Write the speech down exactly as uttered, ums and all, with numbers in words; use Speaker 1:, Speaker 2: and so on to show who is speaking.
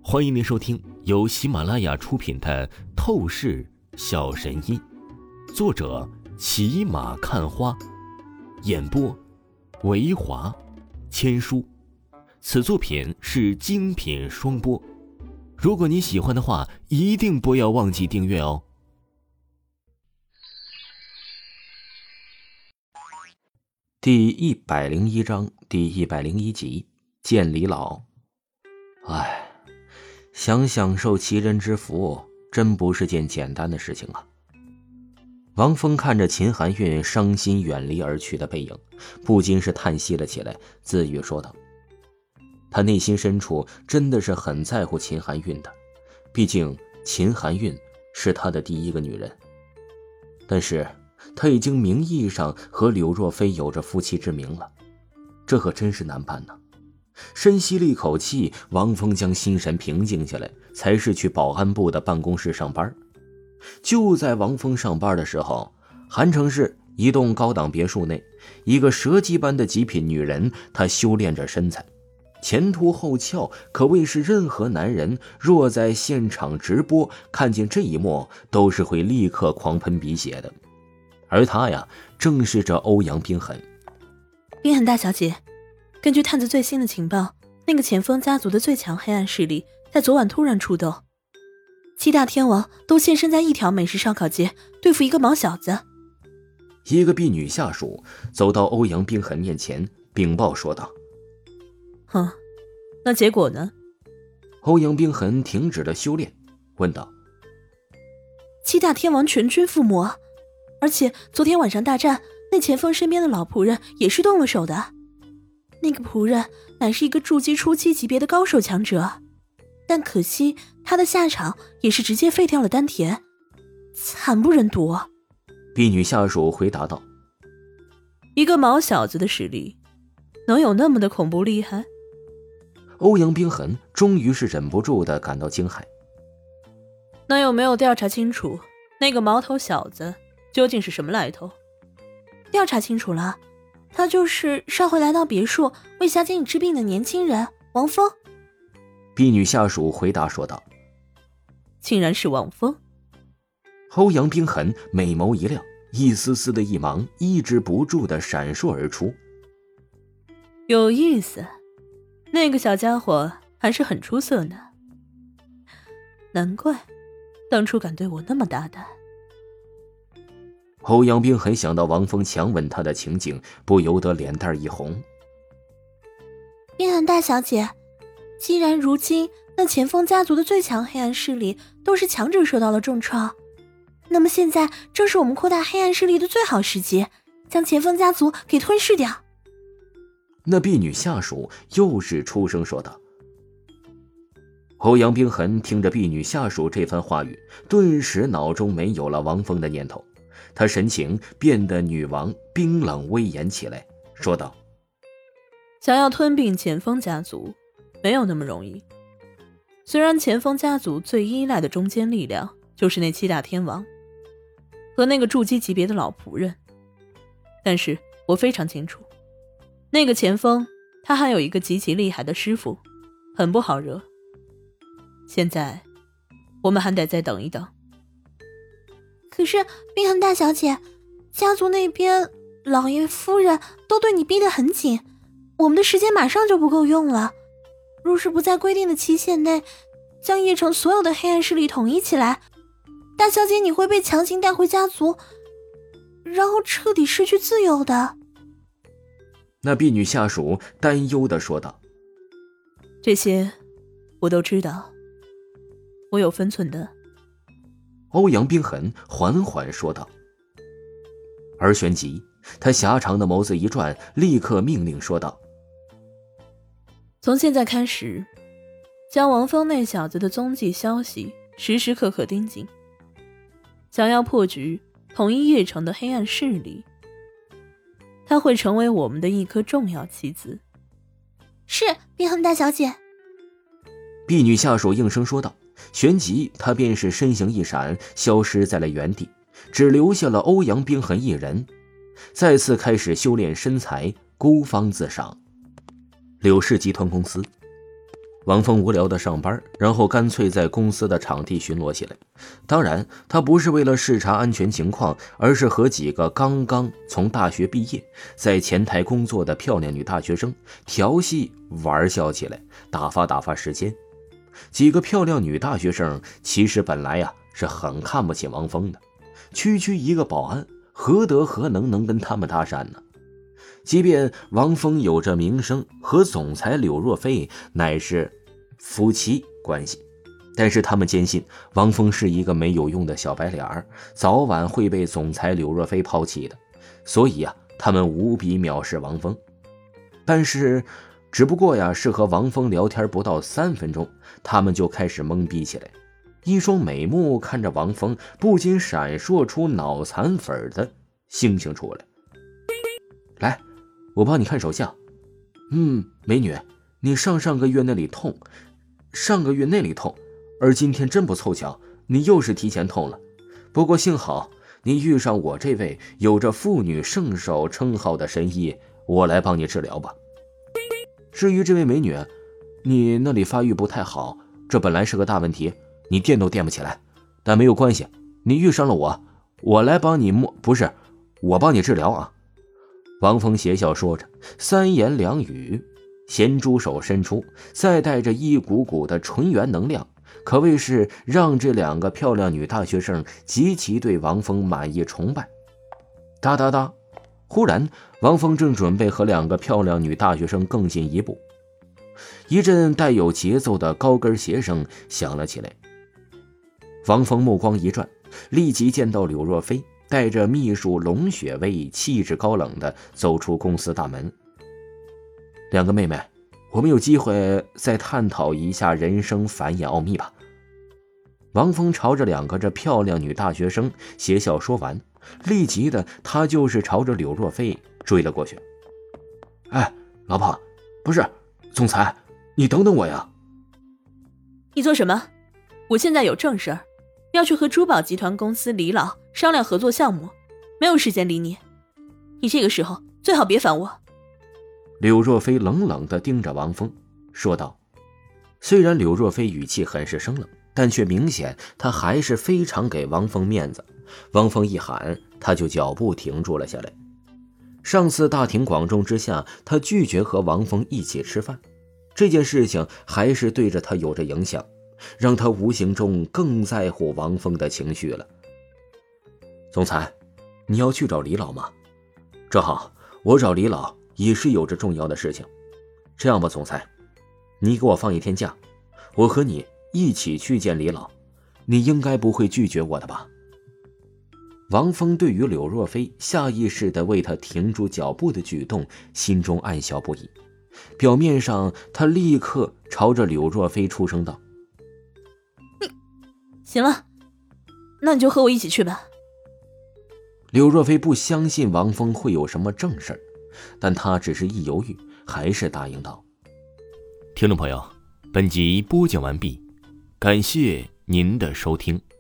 Speaker 1: 欢迎您收听由喜马拉雅出品的《透视小神医》，作者骑马看花，演播维华千书。此作品是精品双播。如果你喜欢的话，一定不要忘记订阅哦。
Speaker 2: 第一百零一章，第一百零一集，见李老。唉。想享受其人之福，真不是件简单的事情啊。王峰看着秦含韵伤心远离而去的背影，不禁是叹息了起来，自语说道：他内心深处真的是很在乎秦含韵的，毕竟秦含韵是他的第一个女人。但是他已经名义上和柳若飞有着夫妻之名了，这可真是难办呢。深吸了一口气，王峰将心神平静下来，才是去保安部的办公室上班。就在王峰上班的时候，韩城市一栋高档别墅内，一个蛇姬般的极品女人，她修炼着身材，前凸后翘，可谓是任何男人若在现场直播看见这一幕，都是会立刻狂喷鼻血的。而她呀，正是这欧阳冰痕。
Speaker 3: 冰痕大小姐，根据探子最新的情报，那个前锋家族的最强黑暗势力在昨晚突然出动，七大天王都现身在一条美食烧烤街，对付一个毛小子。
Speaker 2: 一个婢女下属走到欧阳冰痕面前禀报说道：
Speaker 3: 哼，那结果呢？
Speaker 2: 欧阳冰痕停止了修炼，问道：
Speaker 3: 七大天王全军覆没，而且昨天晚上大战，那前锋身边的老仆人也是动了手的。那个仆人乃是一个筑基初期级别的高手强者，但可惜他的下场也是直接废掉了丹田，惨不忍睹。
Speaker 2: 婢女下属回答道：
Speaker 3: 一个毛小子的实力能有那么的恐怖厉害？
Speaker 2: 欧阳冰痕终于是忍不住的感到惊骇。
Speaker 3: 那有没有调查清楚那个毛头小子究竟是什么来头？调查清楚了，他就是上回来到别墅为小姐你治病的年轻人王峰。
Speaker 2: 婢女下属回答说道：
Speaker 3: 竟然是王峰。
Speaker 2: 欧阳冰痕美眸一亮，一丝丝的一芒抑制不住的闪烁而出。
Speaker 3: 有意思，那个小家伙还是很出色呢，难怪当初敢对我那么大胆。
Speaker 2: 欧阳冰痕想到王峰强吻他的情景，不由得脸蛋一红。
Speaker 3: 冰痕大小姐，既然如今那前锋家族的最强黑暗势力都是强者受到了重创，那么现在正是我们扩大黑暗势力的最好时机，将前锋家族给吞噬掉。
Speaker 2: 那婢女下属又是出声说道。欧阳冰痕听着婢女下属这番话语，顿时脑中没有了王峰的念头，他神情变得女王冰冷威严起来，说道：
Speaker 3: 想要吞并前锋家族没有那么容易，虽然前锋家族最依赖的中坚力量就是那七大天王和那个筑基级别的老仆人，但是我非常清楚，那个前锋他还有一个极其厉害的师傅，很不好惹。现在我们还得再等一等。可是冰痕大小姐，家族那边老爷夫人都对你逼得很紧，我们的时间马上就不够用了。若是不在规定的期限内将叶城所有的黑暗势力统一起来，大小姐你会被强行带回家族，然后彻底失去自由的。
Speaker 2: 那婢女下属担忧地说道：
Speaker 3: 这些我都知道，我有分寸的。
Speaker 2: 欧阳冰痕缓缓说道。而旋即他狭长的眸子一转，立刻命令说道：
Speaker 3: 从现在开始，将王峰那小子的踪迹消息时时刻刻盯紧，想要破局统一叶城的黑暗势力，他会成为我们的一颗重要棋子。是，冰痕大小姐。
Speaker 2: 婢女下属应声说道，旋即他便是身形一闪，消失在了原地，只留下了欧阳冰痕一人，再次开始修炼身材，孤芳自赏。柳氏集团公司， 王峰无聊的上班，然后干脆在公司的场地巡逻起来。当然，他不是为了视察安全情况，而是和几个刚刚从大学毕业，在前台工作的漂亮女大学生调戏玩笑起来，打发打发时间。几个漂亮女大学生其实本来呀是很看不起王峰的，区区一个保安，何德何能能跟他们搭讪呢？即便王峰有着名声，和总裁柳若飞乃是夫妻关系，但是他们坚信王峰是一个没有用的小白脸儿，早晚会被总裁柳若飞抛弃的，所以呀，他们无比藐视王峰。但是只不过呀，是和王峰聊天不到三分钟，他们就开始懵逼起来，一双美目看着王峰，不禁闪烁出脑残粉的星星出来。来，我帮你看手相。嗯，美女，你上上个月那里痛，上个月那里痛，而今天真不凑巧，你又是提前痛了。不过幸好你遇上我这位有着妇女圣手称号的神医，我来帮你治疗吧。至于这位美女，你那里发育不太好，这本来是个大问题，你垫都垫不起来，但没有关系，你遇上了我，我来帮你摸，不是，我帮你治疗啊。王峰邪笑说着，三言两语，咸猪手伸出，再带着一股股的纯元能量，可谓是让这两个漂亮女大学生极其对王峰满意崇拜。哒哒哒，忽然王峰正准备和两个漂亮女大学生更进一步，一阵带有节奏的高跟鞋声响了起来。王峰目光一转，立即见到柳若飞带着秘书龙雪薇气质高冷地走出公司大门。两个妹妹，我们有机会再探讨一下人生繁衍奥秘吧。王峰朝着两个这漂亮女大学生邪笑说完，立即的他就是朝着柳若飞追了过去。哎，老婆，不是，总裁，你等等我呀。
Speaker 3: 你做什么？我现在有正事儿，要去和珠宝集团公司李老商量合作项目，没有时间理你。你这个时候最好别烦我。
Speaker 2: 柳若飞冷冷地盯着王峰说道。虽然柳若飞语气很是生冷，但却明显他还是非常给王峰面子。王峰一喊，他就脚步停住了下来。上次大庭广众之下，他拒绝和王峰一起吃饭，这件事情还是对着他有着影响，让他无形中更在乎王峰的情绪了。总裁，你要去找李老吗？正好，我找李老也是有着重要的事情。这样吧，总裁，你给我放一天假，我和你一起去见李老，你应该不会拒绝我的吧？王峰对于柳若飞下意识地为他停住脚步的举动，心中暗笑不已。表面上，他立刻朝着柳若飞出声道：“
Speaker 3: 你，行了，那你就和我一起去吧。”
Speaker 2: 柳若飞不相信王峰会有什么正事儿，但他只是一犹豫，还是答应道：“
Speaker 1: 听众朋友，本集播讲完毕，感谢您的收听。